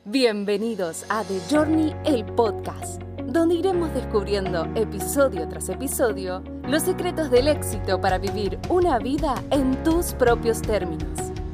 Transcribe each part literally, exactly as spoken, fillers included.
Bienvenidos a The Journey, el podcast, donde iremos descubriendo episodio tras episodio los secretos del éxito para vivir una vida en tus propios términos.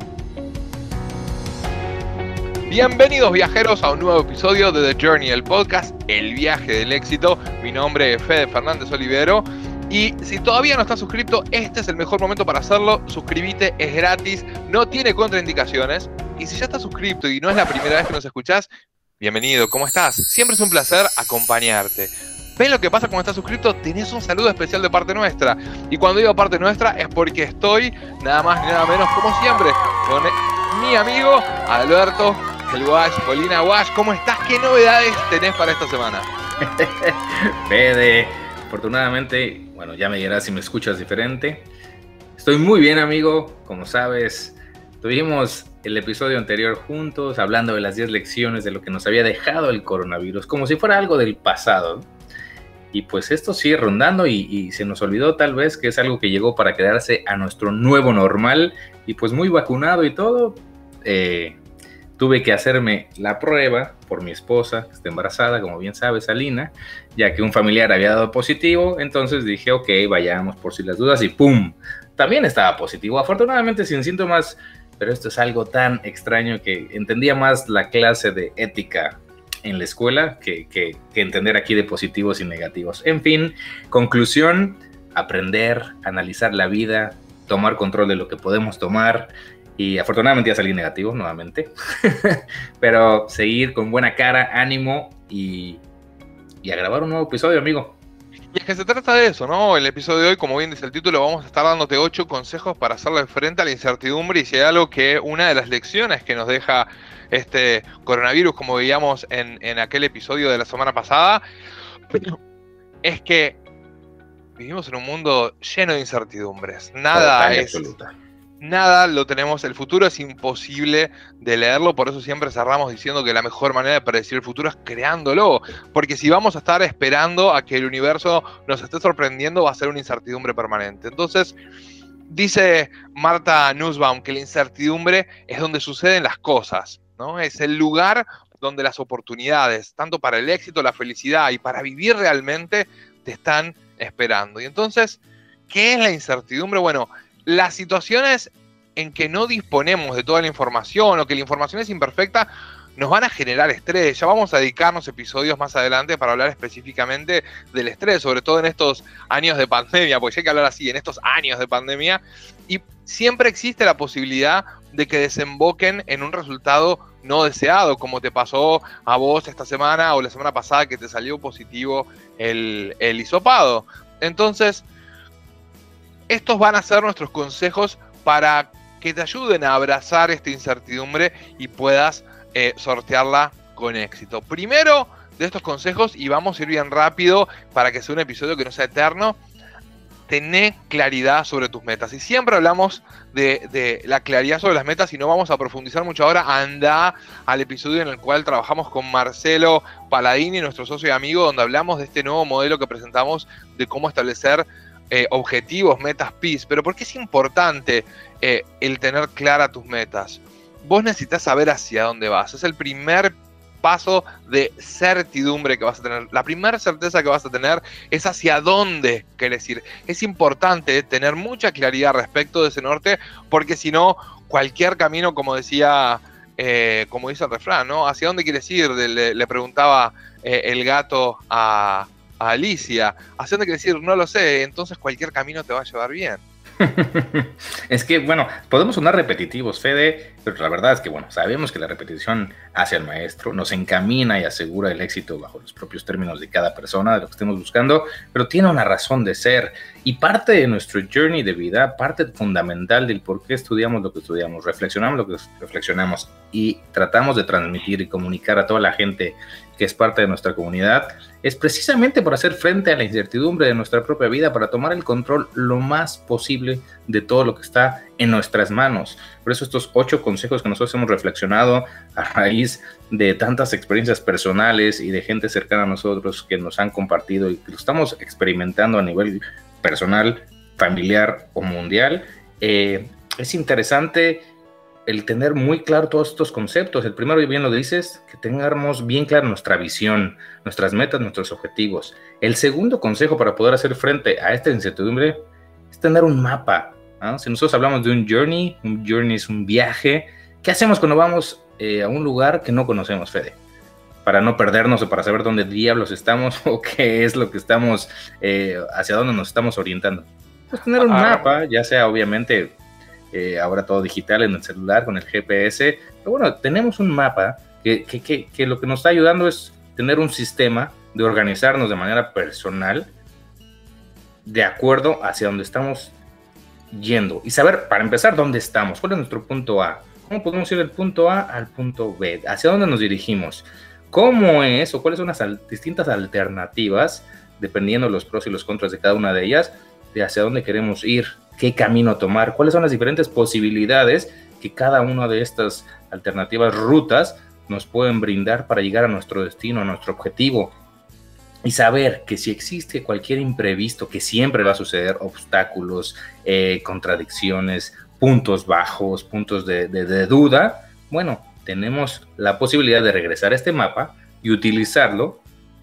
Bienvenidos viajeros a un nuevo episodio de The Journey, el podcast, el viaje del éxito. Mi nombre es Fede Fernández Olivero y si todavía no estás suscrito, este es el mejor momento para hacerlo. Suscríbete, es gratis, no tiene contraindicaciones. Y si ya estás suscrito y no es la primera vez que nos escuchás, bienvenido, ¿cómo estás? Siempre es un placer acompañarte. ¿Ves lo que pasa cuando estás suscrito? Tenés un saludo especial de parte nuestra. Y cuando digo parte nuestra es porque estoy, nada más ni nada menos, como siempre, con mi amigo Alberto, el Wash, Colina. Wash, ¿cómo estás? ¿Qué novedades tenés para esta semana? Fede, afortunadamente, bueno, ya me dirás si me escuchas diferente. Estoy muy bien, amigo, como sabes. Tuvimos el episodio anterior juntos, hablando de las diez lecciones de lo que nos había dejado el coronavirus, como si fuera algo del pasado. Y pues esto sigue rondando y, y se nos olvidó tal vez que es algo que llegó para quedarse a nuestro nuevo normal. Y pues muy vacunado y todo, eh, tuve que hacerme la prueba por mi esposa, que está embarazada, como bien sabes, Alina, ya que un familiar había dado positivo. Entonces dije, ok, vayamos por si las dudas y ¡pum! También estaba positivo, afortunadamente sin síntomas. Pero esto es algo tan extraño que entendía más la clase de ética en la escuela que, que, que entender aquí de positivos y negativos. En fin, conclusión, aprender, analizar la vida, tomar control de lo que podemos tomar y afortunadamente ya salí negativo nuevamente. Pero seguir con buena cara, ánimo y, y a grabar un nuevo episodio, amigo. Y es que se trata de eso, ¿no? El episodio de hoy, como bien dice el título, vamos a estar dándote ocho consejos para hacerle frente a la incertidumbre. Y si hay algo que una de las lecciones que nos deja este coronavirus, como veíamos en, en aquel episodio de la semana pasada, es que vivimos en un mundo lleno de incertidumbres. Nada Total, es... absoluta. Nada lo tenemos, el futuro es imposible de leerlo, por eso siempre cerramos diciendo que la mejor manera de predecir el futuro es creándolo, porque si vamos a estar esperando a que el universo nos esté sorprendiendo va a ser una incertidumbre permanente. Entonces, dice Martha Nussbaum que la incertidumbre es donde suceden las cosas, ¿no? Es el lugar donde las oportunidades, tanto para el éxito, la felicidad y para vivir realmente, te están esperando. Y entonces, ¿qué es la incertidumbre? Bueno, las situaciones en que no disponemos de toda la información o que la información es imperfecta nos van a generar estrés. Ya vamos a dedicarnos episodios más adelante para hablar específicamente del estrés, sobre todo en estos años de pandemia, porque ya hay que hablar así, en estos años de pandemia, y siempre existe la posibilidad de que desemboquen en un resultado no deseado, como te pasó a vos esta semana o la semana pasada que te salió positivo el, el hisopado. Entonces, estos van a ser nuestros consejos para que te ayuden a abrazar esta incertidumbre y puedas eh, sortearla con éxito. Primero de estos consejos, y vamos a ir bien rápido para que sea un episodio que no sea eterno, tené claridad sobre tus metas. Y siempre hablamos de, de la claridad sobre las metas y no vamos a profundizar mucho ahora. Anda al episodio en el cual trabajamos con Marcelo Paladini, nuestro socio y amigo, donde hablamos de este nuevo modelo que presentamos de cómo establecer Eh, objetivos, metas P I S. Pero ¿por qué es importante eh, el tener claras tus metas? Vos necesitas saber hacia dónde vas. Es el primer paso de certidumbre que vas a tener. La primera certeza que vas a tener es hacia dónde querés ir. Es importante tener mucha claridad respecto de ese norte, porque si no, cualquier camino, como decía, eh, como dice el refrán, ¿no? ¿Hacia dónde quieres ir? Le, le preguntaba eh, el gato a... a Alicia, ¿hacia dónde quieres ir? No lo sé, entonces cualquier camino te va a llevar bien. Es que, bueno, podemos sonar repetitivos, Fede, pero la verdad es que, bueno, sabemos que la repetición hacia el maestro nos encamina y asegura el éxito bajo los propios términos de cada persona, de lo que estemos buscando, pero tiene una razón de ser y parte de nuestro journey de vida, parte fundamental del por qué estudiamos lo que estudiamos, reflexionamos lo que reflexionamos y tratamos de transmitir y comunicar a toda la gente que es parte de nuestra comunidad, es precisamente por hacer frente a la incertidumbre de nuestra propia vida, para tomar el control lo más posible de todo lo que está en nuestras manos. Por eso estos ocho consejos que nosotros hemos reflexionado a raíz de tantas experiencias personales y de gente cercana a nosotros que nos han compartido y que lo estamos experimentando a nivel personal, familiar o mundial, eh, es interesante el tener muy claro todos estos conceptos. El primero, bien lo dices, que tengamos bien clara nuestra visión, nuestras metas, nuestros objetivos. El segundo consejo para poder hacer frente a esta incertidumbre es tener un mapa, ¿no? Si nosotros hablamos de un journey, un journey es un viaje. ¿Qué hacemos cuando vamos eh, a un lugar que no conocemos, Fede? Para no perdernos o para saber dónde diablos estamos o qué es lo que estamos, eh, hacia dónde nos estamos orientando. Pues tener un ah, mapa, ya sea obviamente eh, ahora todo digital en el celular con el G P S, pero bueno, tenemos un mapa que, que, que, que lo que nos está ayudando es tener un sistema de organizarnos de manera personal de acuerdo hacia dónde estamos yendo y saber, para empezar, dónde estamos, cuál es nuestro punto A, cómo podemos ir del punto A al punto B, hacia dónde nos dirigimos, cómo es o cuáles son las al- distintas alternativas, dependiendo de los pros y los contras de cada una de ellas, de hacia dónde queremos ir, qué camino tomar, cuáles son las diferentes posibilidades que cada una de estas alternativas, rutas, nos pueden brindar para llegar a nuestro destino, a nuestro objetivo. Y saber que si existe cualquier imprevisto, que siempre va a suceder, obstáculos, eh, contradicciones, puntos bajos, puntos de, de, de duda, bueno, tenemos la posibilidad de regresar a este mapa y utilizarlo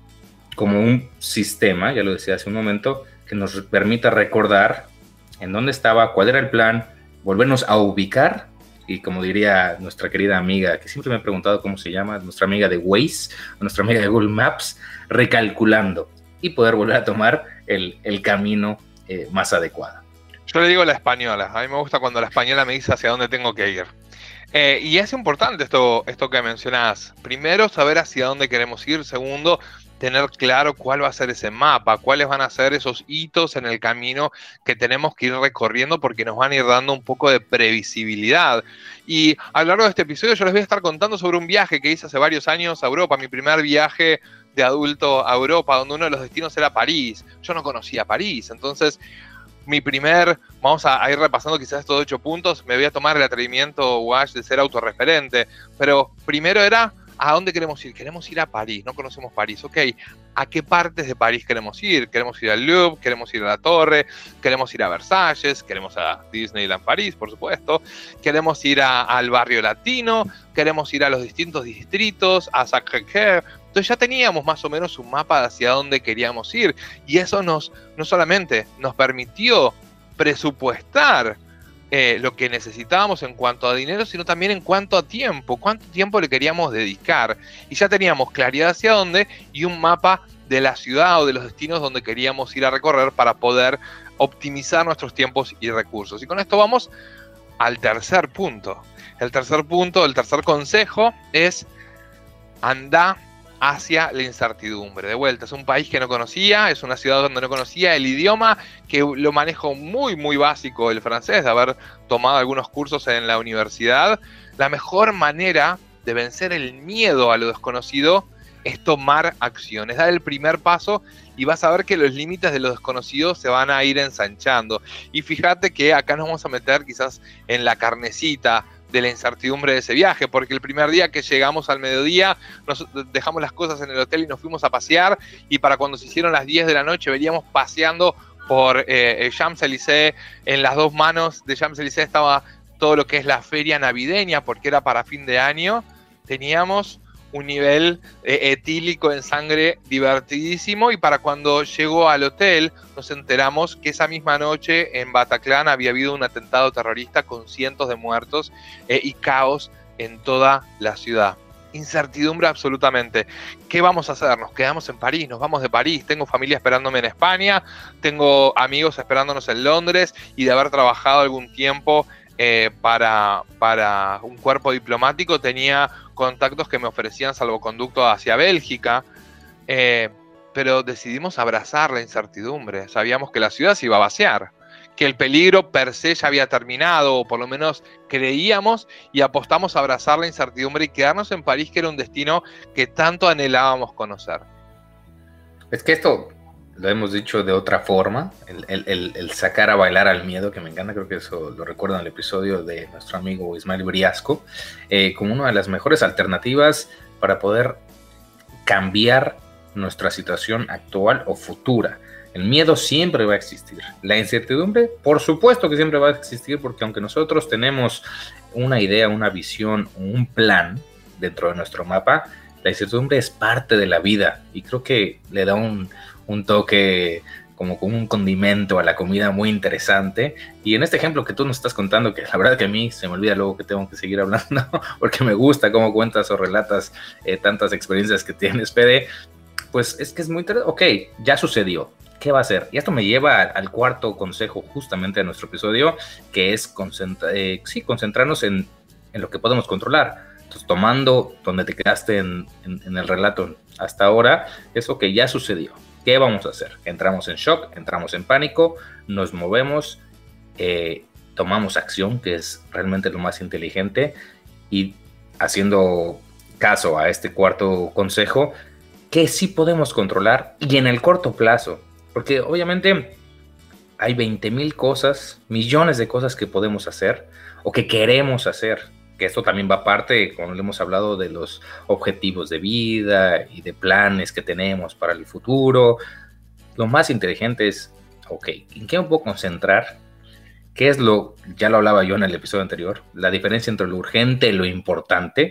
como un sistema, ya lo decía hace un momento, que nos permita recordar en dónde estaba, cuál era el plan, volvernos a ubicar y como diría nuestra querida amiga, que siempre me he preguntado cómo se llama, nuestra amiga de Waze, nuestra amiga de Google Maps, recalculando y poder volver a tomar el, el camino eh, más adecuado. Yo le digo la española, a mí me gusta cuando la española me dice hacia dónde tengo que ir. Eh, y es importante esto, esto que mencionás. Primero, saber hacia dónde queremos ir. Segundo, tener claro cuál va a ser ese mapa, cuáles van a ser esos hitos en el camino que tenemos que ir recorriendo porque nos van a ir dando un poco de previsibilidad. Y a lo largo de este episodio yo les voy a estar contando sobre un viaje que hice hace varios años a Europa, mi primer viaje de adulto a Europa, donde uno de los destinos era París. Yo no conocía París, entonces mi primer, vamos a, a ir repasando quizás estos ocho puntos, me voy a tomar el atrevimiento, Wash, de ser autorreferente, pero primero era, ¿a dónde queremos ir? Queremos ir a París, no conocemos París, ok, ¿a qué partes de París queremos ir? Queremos ir al Louvre, queremos ir a la Torre, queremos ir a Versalles, queremos a Disneyland París, por supuesto, queremos ir a, al barrio latino, queremos ir a los distintos distritos, a Sacré-Cœur. Entonces ya teníamos más o menos un mapa hacia dónde queríamos ir y eso nos, no solamente nos permitió presupuestar eh, lo que necesitábamos en cuanto a dinero, sino también en cuanto a tiempo, cuánto tiempo le queríamos dedicar. Y ya teníamos claridad hacia dónde y un mapa de la ciudad o de los destinos donde queríamos ir a recorrer para poder optimizar nuestros tiempos y recursos. Y con esto vamos al tercer punto. El tercer punto, el tercer consejo es andá hacia la incertidumbre. De vuelta, es un país que no conocía, es una ciudad donde no conocía el idioma, que lo manejo muy, muy básico el francés, de haber tomado algunos cursos en la universidad. La mejor manera de vencer el miedo a lo desconocido es tomar acciones, dar el primer paso y vas a ver que los límites de lo desconocido se van a ir ensanchando. Y fíjate que acá nos vamos a meter quizás en la carnecita de la incertidumbre de ese viaje, porque el primer día que llegamos al mediodía nos dejamos las cosas en el hotel y nos fuimos a pasear, y para cuando se hicieron las diez de la noche veníamos paseando por eh, Champs-Élysées. En las dos manos de Champs-Élysées estaba todo lo que es la feria navideña, porque era para fin de año. Teníamos un nivel eh, etílico en sangre divertidísimo, y para cuando llegó al hotel nos enteramos que esa misma noche en Bataclan había habido un atentado terrorista con cientos de muertos eh, y caos en toda la ciudad. Incertidumbre absolutamente. ¿Qué vamos a hacer? Nos quedamos en París, nos vamos de París. Tengo familia esperándome en España, tengo amigos esperándonos en Londres, y de haber trabajado algún tiempo Eh, para, para un cuerpo diplomático tenía contactos que me ofrecían salvoconducto hacia Bélgica, eh, pero decidimos abrazar la incertidumbre. Sabíamos que la ciudad se iba a vaciar, que el peligro per se ya había terminado, o por lo menos creíamos, y apostamos a abrazar la incertidumbre y quedarnos en París, que era un destino que tanto anhelábamos conocer. Es que esto lo hemos dicho de otra forma, el, el, el, el sacar a bailar al miedo, que me encanta, creo que eso lo recuerdo en el episodio de nuestro amigo Ismael Briasco, eh, como una de las mejores alternativas para poder cambiar nuestra situación actual o futura. El miedo siempre va a existir. La incertidumbre, por supuesto que siempre va a existir, porque aunque nosotros tenemos una idea, una visión, un plan dentro de nuestro mapa, la incertidumbre es parte de la vida y creo que le da un, un toque como con un condimento a la comida muy interesante. Y en este ejemplo que tú nos estás contando, que la verdad que a mí se me olvida luego que tengo que seguir hablando, porque me gusta cómo cuentas o relatas eh, tantas experiencias que tienes, Fede, pues es que es muy interesante. Ok, ya sucedió. ¿Qué va a hacer? Y esto me lleva al cuarto consejo justamente de nuestro episodio, que es concentra- eh, sí, concentrarnos en, en lo que podemos controlar. Entonces, tomando donde te quedaste en, en, en el relato hasta ahora, eso que ya sucedió. ¿Qué vamos a hacer? Entramos en shock, entramos en pánico, nos movemos, eh, tomamos acción, que es realmente lo más inteligente, y haciendo caso a este cuarto consejo, que sí podemos controlar y en el corto plazo, porque obviamente hay veinte mil cosas, millones de cosas que podemos hacer o que queremos hacer, que esto también va aparte, como le hemos hablado, de los objetivos de vida y de planes que tenemos para el futuro. Lo más inteligente es, ok, ¿en qué me puedo concentrar? ¿Qué es lo, ya lo hablaba yo en el episodio anterior, la diferencia entre lo urgente y lo importante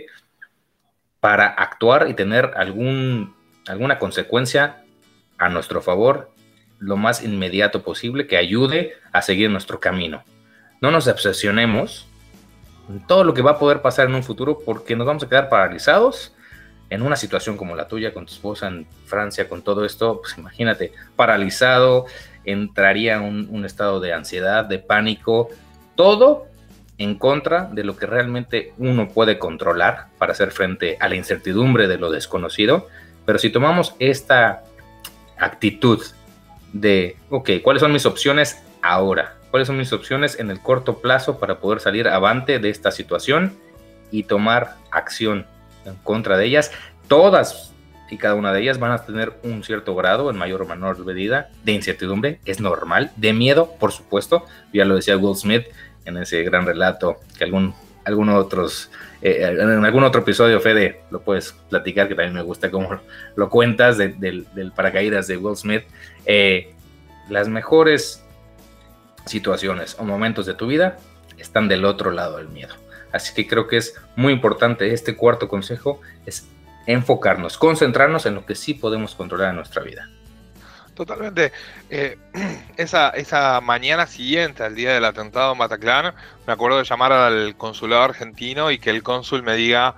para actuar y tener algún, alguna consecuencia a nuestro favor lo más inmediato posible que ayude a seguir nuestro camino? No nos obsesionemos todo lo que va a poder pasar en un futuro, porque nos vamos a quedar paralizados en una situación como la tuya con tu esposa en Francia, con todo esto. Pues imagínate, paralizado, entraría un, un estado de ansiedad, de pánico, todo en contra de lo que realmente uno puede controlar para hacer frente a la incertidumbre de lo desconocido. Pero si tomamos esta actitud de, ok, ¿cuáles son mis opciones ahora? ¿Cuáles son mis opciones en el corto plazo para poder salir avante de esta situación y tomar acción en contra de ellas? Todas y cada una de ellas van a tener un cierto grado, en mayor o menor medida, de incertidumbre, es normal, de miedo, por supuesto. Ya lo decía Will Smith en ese gran relato que algún, algún otros, eh, en algún otro episodio, Fede, lo puedes platicar, que también me gusta cómo lo cuentas, de, del, del paracaídas de Will Smith. Eh, las mejores situaciones o momentos de tu vida están del otro lado del miedo. Así que creo que es muy importante este cuarto consejo, es enfocarnos, concentrarnos en lo que sí podemos controlar en nuestra vida. Totalmente. Eh, esa, esa mañana siguiente al día del atentado en Bataclan, me acuerdo de llamar al consulado argentino y que el cónsul me diga,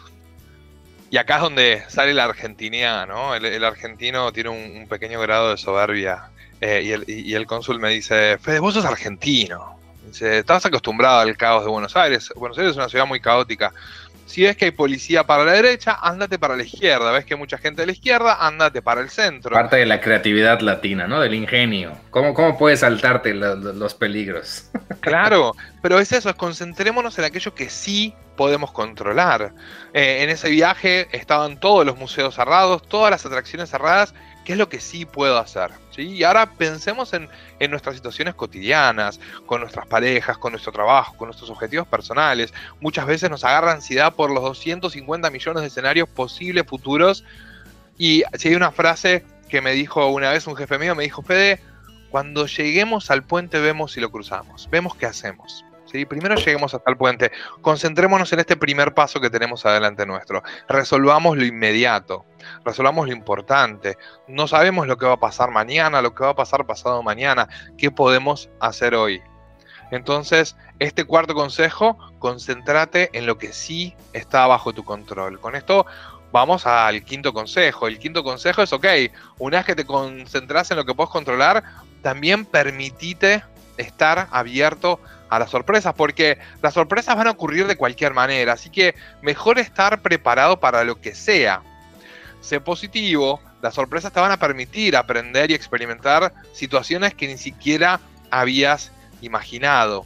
y acá es donde sale la argentinidad, ¿no? El, el argentino tiene un, un pequeño grado de soberbia. Eh, y, el, y el cónsul me dice, Fede, vos sos argentino. Dice, estás acostumbrado al caos de Buenos Aires. Buenos Aires es una ciudad muy caótica. Si ves que hay policía para la derecha, ándate para la izquierda. Ves que hay mucha gente de la izquierda, ándate para el centro. Parte de la creatividad latina, ¿no? Del ingenio. ¿Cómo, cómo puedes saltarte los, los peligros? Claro, pero es eso, es concentrémonos en aquello que sí podemos controlar. Eh, en ese viaje estaban todos los museos cerrados, todas las atracciones cerradas. ¿Qué es lo que sí puedo hacer? ¿Sí? Y ahora pensemos en, en nuestras situaciones cotidianas, con nuestras parejas, con nuestro trabajo, con nuestros objetivos personales. Muchas veces nos agarra ansiedad por los doscientos cincuenta millones de escenarios posibles futuros. Y si hay una frase que me dijo una vez un jefe mío, me dijo, Fede, cuando lleguemos al puente vemos si lo cruzamos, vemos qué hacemos. ¿Sí? Primero lleguemos hasta el puente, concentrémonos en este primer paso que tenemos adelante nuestro, resolvamos lo inmediato, resolvamos lo importante, no sabemos lo que va a pasar mañana, lo que va a pasar pasado mañana, ¿qué podemos hacer hoy? Entonces, este cuarto consejo, concéntrate en lo que sí está bajo tu control. Con esto vamos al quinto consejo. El quinto consejo es, ok, una vez que te concentras en lo que puedes controlar, también permitite estar abierto a las sorpresas, porque las sorpresas van a ocurrir de cualquier manera, así que mejor estar preparado para lo que sea. Sé positivo, las sorpresas te van a permitir aprender y experimentar situaciones que ni siquiera habías imaginado.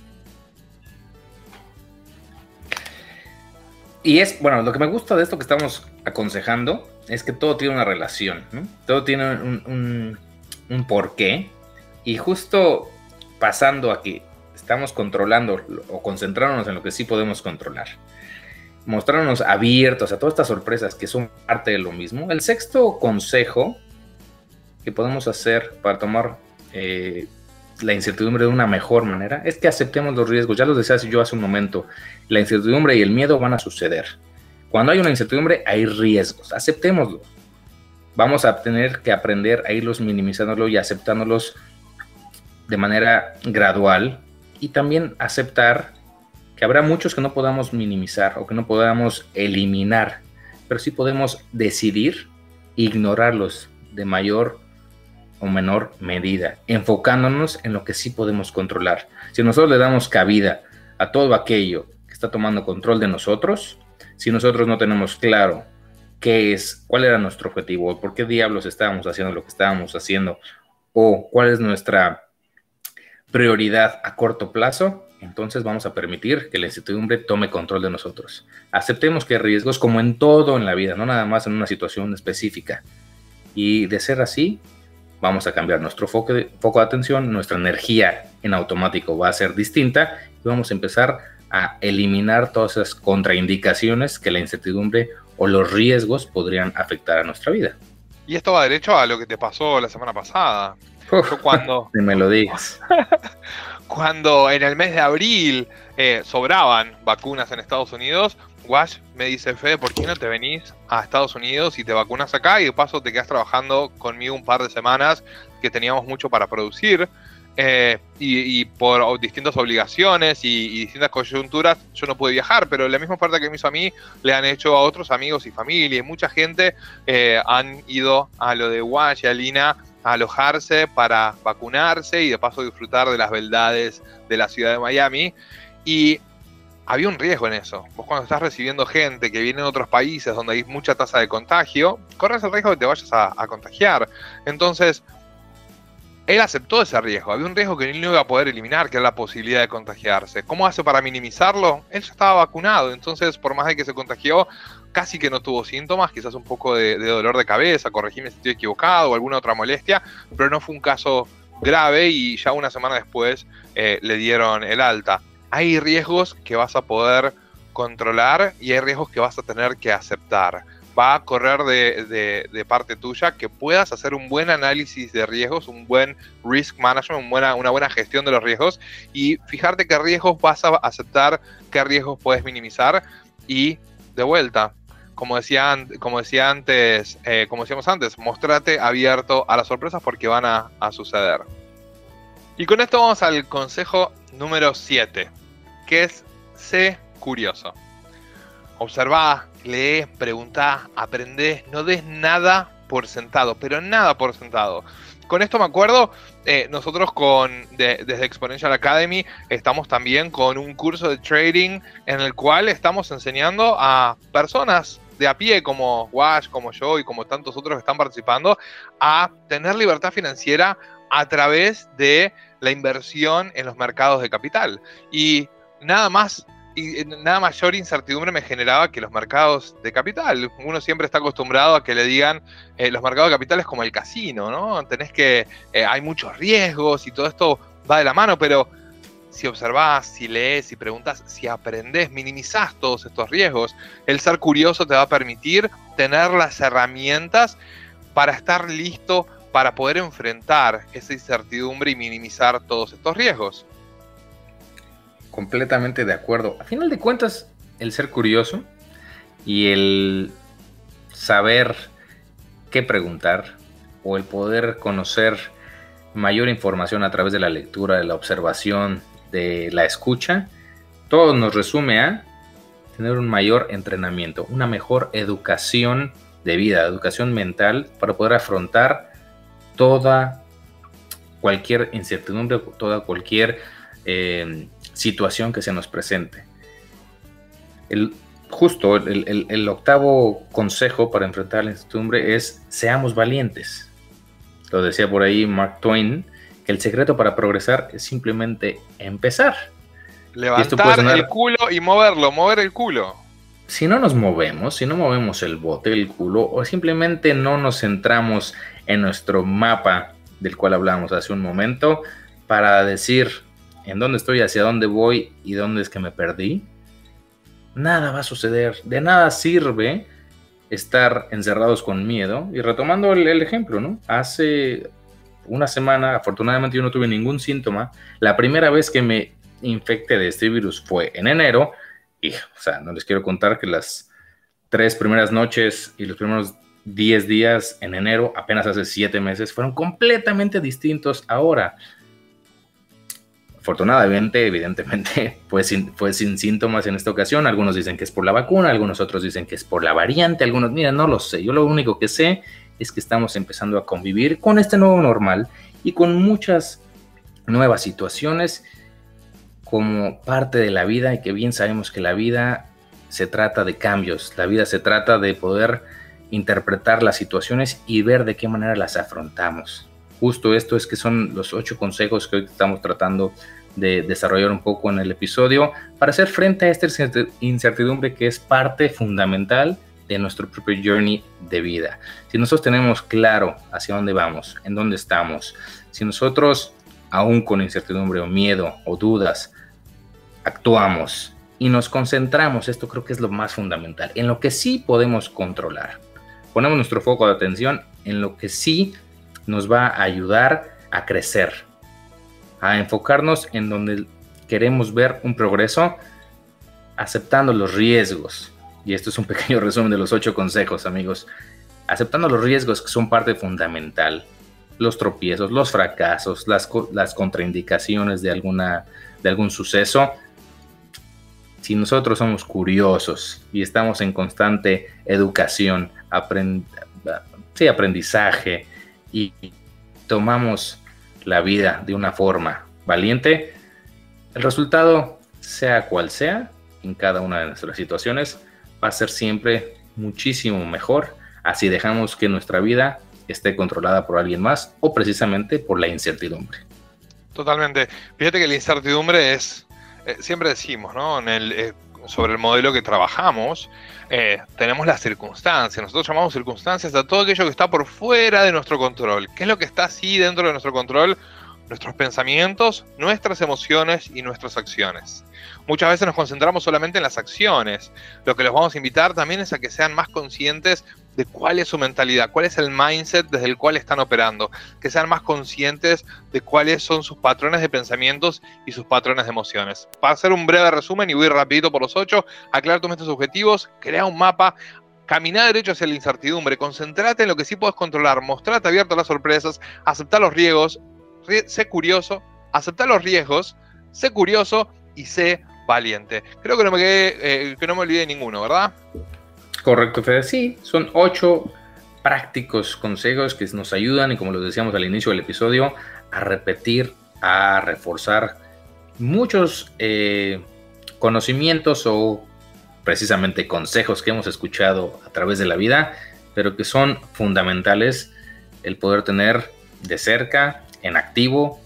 Y es, bueno, lo que me gusta de esto que estamos aconsejando es que todo tiene una relación, ¿no? Todo tiene un, un, un porqué, y justo pasando aquí, estamos controlando o concentrándonos en lo que sí podemos controlar, mostrándonos abiertos a todas estas sorpresas que son parte de lo mismo. El sexto consejo que podemos hacer para tomar eh, la incertidumbre de una mejor manera es que aceptemos los riesgos. Ya los decía yo hace un momento, la incertidumbre y el miedo van a suceder. Cuando hay una incertidumbre hay riesgos, aceptémoslo. Vamos a tener que aprender a irlos minimizándolo y aceptándolos de manera gradual, y también aceptar que habrá muchos que no podamos minimizar o que no podamos eliminar, pero sí podemos decidir ignorarlos de mayor o menor medida, enfocándonos en lo que sí podemos controlar. Si nosotros le damos cabida a todo aquello que está tomando control de nosotros, si nosotros no tenemos claro qué es, cuál era nuestro objetivo, por qué diablos estábamos haciendo lo que estábamos haciendo, o cuál es nuestra prioridad a corto plazo, entonces vamos a permitir que la incertidumbre tome control de nosotros. Aceptemos que hay riesgos, como en todo en la vida, no nada más en una situación específica. Y de ser así, vamos a cambiar nuestro foco de, foco de atención, nuestra energía en automático va a ser distinta y vamos a empezar a eliminar todas esas contraindicaciones que la incertidumbre o los riesgos podrían afectar a nuestra vida. Y esto va derecho a lo que te pasó la semana pasada. Uf, Yo cuando... Si me lo digas. Cuando en el mes de abril eh, sobraban vacunas en Estados Unidos, Wash me dice: Fede, ¿por qué no te venís a Estados Unidos y te vacunas acá? Y de paso te quedas trabajando conmigo un par de semanas, que teníamos mucho para producir. Eh, y, y por distintas obligaciones y, y distintas coyunturas yo no pude viajar, pero la misma oferta que me hizo a mí le han hecho a otros amigos y familia, y mucha gente eh, han ido a lo de Wash y a Lina a alojarse para vacunarse y de paso disfrutar de las beldades de la ciudad de Miami. Y había un riesgo en eso. Vos cuando estás recibiendo gente que viene de otros países donde hay mucha tasa de contagio, corres el riesgo de que te vayas a, a contagiar. Entonces, él aceptó ese riesgo. Había un riesgo que él no iba a poder eliminar, que era la posibilidad de contagiarse. ¿Cómo hace para minimizarlo? Él ya estaba vacunado, entonces por más de que se contagió, casi que no tuvo síntomas, quizás un poco de, de dolor de cabeza, corregime si estoy equivocado, o alguna otra molestia, pero no fue un caso grave y ya una semana después eh, le dieron el alta. Hay riesgos que vas a poder controlar y hay riesgos que vas a tener que aceptar. Va a correr de, de, de parte tuya que puedas hacer un buen análisis de riesgos, un buen risk management, un buena, una buena gestión de los riesgos y fijarte qué riesgos vas a aceptar, qué riesgos puedes minimizar. Y de vuelta, como decía, como decía antes, eh, como decíamos antes, mostrate abierto a las sorpresas porque van a, a suceder. Y con esto vamos al consejo número siete, que es: sé curioso. Observá, lee, preguntá, aprendé, no des nada por sentado, pero nada por sentado. Con esto me acuerdo, eh, nosotros con de, desde Exponential Academy estamos también con un curso de trading en el cual estamos enseñando a personas de a pie como Wash, como yo y como tantos otros que están participando a tener libertad financiera a través de la inversión en los mercados de capital. Y nada más Y nada mayor incertidumbre me generaba que los mercados de capital. Uno siempre está acostumbrado a que le digan eh, los mercados de capital es como el casino, ¿no? Tenés que, eh, hay muchos riesgos y todo esto va de la mano, pero si observás, si lees, si preguntas, si aprendés, minimizás todos estos riesgos. El ser curioso te va a permitir tener las herramientas para estar listo para poder enfrentar esa incertidumbre y minimizar todos estos riesgos. Completamente de acuerdo. A final de cuentas, el ser curioso y el saber qué preguntar o el poder conocer mayor información a través de la lectura, de la observación, de la escucha, todo nos resume a tener un mayor entrenamiento, una mejor educación de vida, educación mental para poder afrontar toda cualquier incertidumbre, toda cualquier eh, situación que se nos presente. El, justo el, el, el octavo consejo para enfrentar la incertidumbre es: seamos valientes. Lo decía por ahí Mark Twain, que el secreto para progresar es simplemente empezar. Levantar sonar, el culo y moverlo, mover el culo. Si no nos movemos, si no movemos el bote, el culo, o simplemente no nos centramos en nuestro mapa del cual hablamos hace un momento para decir en dónde estoy, hacia dónde voy y dónde es que me perdí, nada va a suceder. De nada sirve estar encerrados con miedo. Y retomando el, el ejemplo, ¿no? Hace una semana, afortunadamente yo no tuve ningún síntoma. La primera vez que me infecté de este virus fue en enero. Y, o sea, no les quiero contar que las tres primeras noches y los primeros diez días en enero, apenas hace siete meses, fueron completamente distintos ahora. Afortunadamente, evidentemente, fue sin, fue sin síntomas en esta ocasión. Algunos dicen que es por la vacuna, algunos otros dicen que es por la variante, algunos, mira, no lo sé. Yo lo único que sé es que estamos empezando a convivir con este nuevo normal y con muchas nuevas situaciones como parte de la vida, y que bien sabemos que la vida se trata de cambios, la vida se trata de poder interpretar las situaciones y ver de qué manera las afrontamos. Justo esto es que son los ocho consejos que hoy estamos tratando de desarrollar un poco en el episodio para hacer frente a esta incertidumbre que es parte fundamental de nuestro propio journey de vida. Si nosotros tenemos claro hacia dónde vamos, en dónde estamos, si nosotros, aún con incertidumbre o miedo o dudas, actuamos y nos concentramos, esto creo que es lo más fundamental, en lo que sí podemos controlar. Ponemos nuestro foco de atención en lo que sí nos va a ayudar a crecer, a enfocarnos en donde queremos ver un progreso, aceptando los riesgos. Y esto es un pequeño resumen de los ocho consejos, amigos. Aceptando los riesgos que son parte fundamental. Los tropiezos, los fracasos, las, las contraindicaciones de, alguna, de algún suceso. Si nosotros somos curiosos y estamos en constante educación, aprend- sí, aprendizaje, y tomamos la vida de una forma valiente, el resultado, sea cual sea, en cada una de nuestras situaciones, va a ser siempre muchísimo mejor, así dejamos que nuestra vida esté controlada por alguien más o precisamente por la incertidumbre. Totalmente. Fíjate que la incertidumbre es, eh, siempre decimos, ¿no? En el, eh, sobre el modelo que trabajamos, eh, tenemos las circunstancias. Nosotros llamamos circunstancias a todo aquello que está por fuera de nuestro control. ¿Qué es lo que está así dentro de nuestro control? Nuestros pensamientos, nuestras emociones y nuestras acciones. Muchas veces nos concentramos solamente en las acciones. Lo que los vamos a invitar también es a que sean más conscientes de cuál es su mentalidad, cuál es el mindset desde el cual están operando, que sean más conscientes de cuáles son sus patrones de pensamientos y sus patrones de emociones. Para hacer un breve resumen y voy rapidito por los ocho, aclarar tus metas objetivos, crea un mapa, caminá derecho hacia la incertidumbre, concentrate en lo que sí puedes controlar, mostrate abierto a las sorpresas, aceptar los riesgos, sé curioso, aceptar los riesgos, sé curioso y sé valiente. Creo que no me quedé, eh, que no me olvidé de ninguno, ¿verdad? Correcto, Fede. Sí, son ocho prácticos consejos que nos ayudan, y como los decíamos al inicio del episodio, a repetir, a reforzar muchos eh, conocimientos o precisamente consejos que hemos escuchado a través de la vida, pero que son fundamentales el poder tener de cerca, en activo,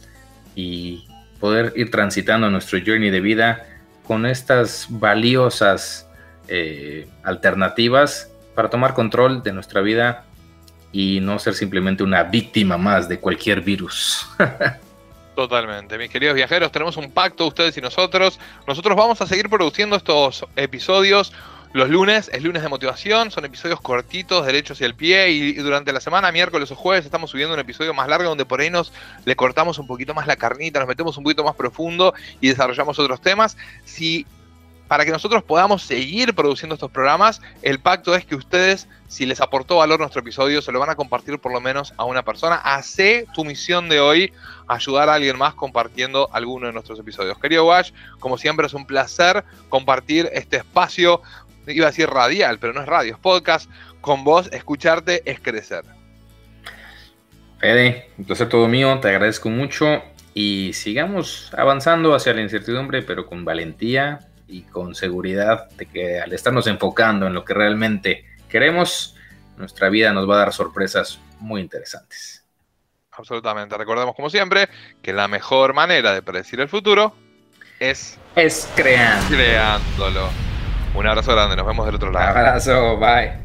y poder ir transitando nuestro journey de vida con estas valiosas eh, alternativas para tomar control de nuestra vida y no ser simplemente una víctima más de cualquier virus. Totalmente, mis queridos viajeros, tenemos un pacto ustedes y nosotros. Nosotros vamos a seguir produciendo estos episodios los lunes, es lunes de motivación, son episodios cortitos, derechos y al pie, y durante la semana, miércoles o jueves, estamos subiendo un episodio más largo donde por ahí nos le cortamos un poquito más la carnita, nos metemos un poquito más profundo y desarrollamos otros temas. Si para que nosotros podamos seguir produciendo estos programas, el pacto es que ustedes, si les aportó valor nuestro episodio, se lo van a compartir por lo menos a una persona. Hacé tu misión de hoy, ayudar a alguien más compartiendo alguno de nuestros episodios. Querido Wash, como siempre es un placer compartir este espacio, iba a decir radial, pero no es radio, es podcast. Con vos, escucharte es crecer. Fede, un placer todo mío, te agradezco mucho y sigamos avanzando hacia la incertidumbre, pero con valentía y con seguridad de que al estarnos enfocando en lo que realmente queremos, nuestra vida nos va a dar sorpresas muy interesantes. Absolutamente. Recordemos, como siempre, que la mejor manera de predecir el futuro es... Es creando. creándolo. Un abrazo grande, nos vemos del otro lado. Un abrazo, bye.